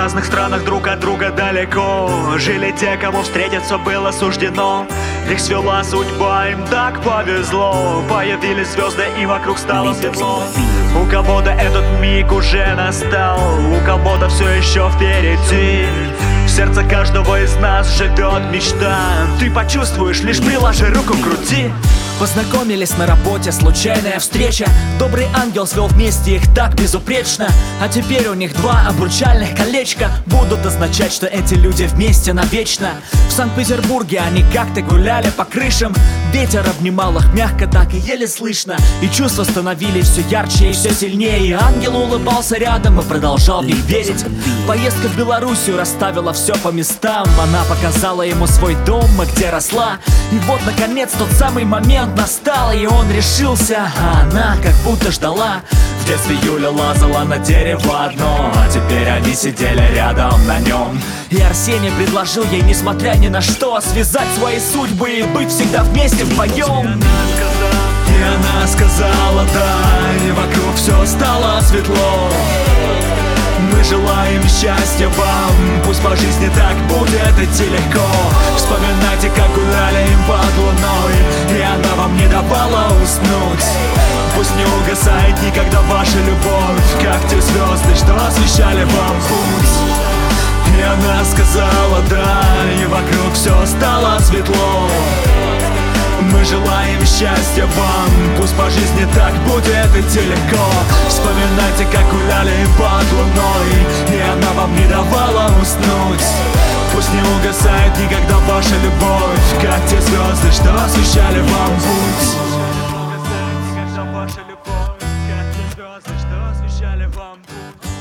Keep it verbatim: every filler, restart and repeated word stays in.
разных странах, друг от друга далеко. Жили те, кому встретиться было суждено. Их свела судьба, им так повезло. Появились звезды и вокруг стало светло. У кого-то этот миг уже настал, у кого-то все еще впереди. В сердце каждого из нас живет мечта. Ты почувствуешь, лишь приложи руку к груди. Познакомились на работе, случайная встреча. Добрый ангел свел вместе их так безупречно. А теперь у них два обручальных колечка будут означать, что эти люди вместе навечно. В Санкт-Петербурге они как-то гуляли по крышам. Ветер обнимал их мягко, так и еле слышно. И чувства становились все ярче и все сильнее. И ангел улыбался рядом и продолжал в них верить. Поездка в Белоруссию расставила все по местам. Она показала ему свой дом, и где росла. И вот наконец тот самый момент настал, и он решился, а она как будто ждала. В детстве Юля лазала на дерево одно, а теперь они сидели рядом на нем. И Арсений предложил ей, несмотря ни на что, связать свои судьбы и быть всегда вместе вдвоем. И она сказала да, и вокруг все стало светло. Мы желаем счастья вам, пусть по жизни так будет идти легко. Вспоминайте, как гуляли им под луной, и она вам не давала уснуть. Пусть не угасает никогда ваша любовь, как те звезды, что освещали вам путь. И она сказала да, и вокруг все стало светло. Мы желаем счастья вам, пусть по жизни так будет идти легко. Вспоминайте, как гуляли под луной, и она вам не давала уснуть. Пусть не угасает никогда ваша любовь, как те звезды, что освещали вам путь. Пусть не угасает никогда ваша любовь, как те звезды, что освещали вам путь.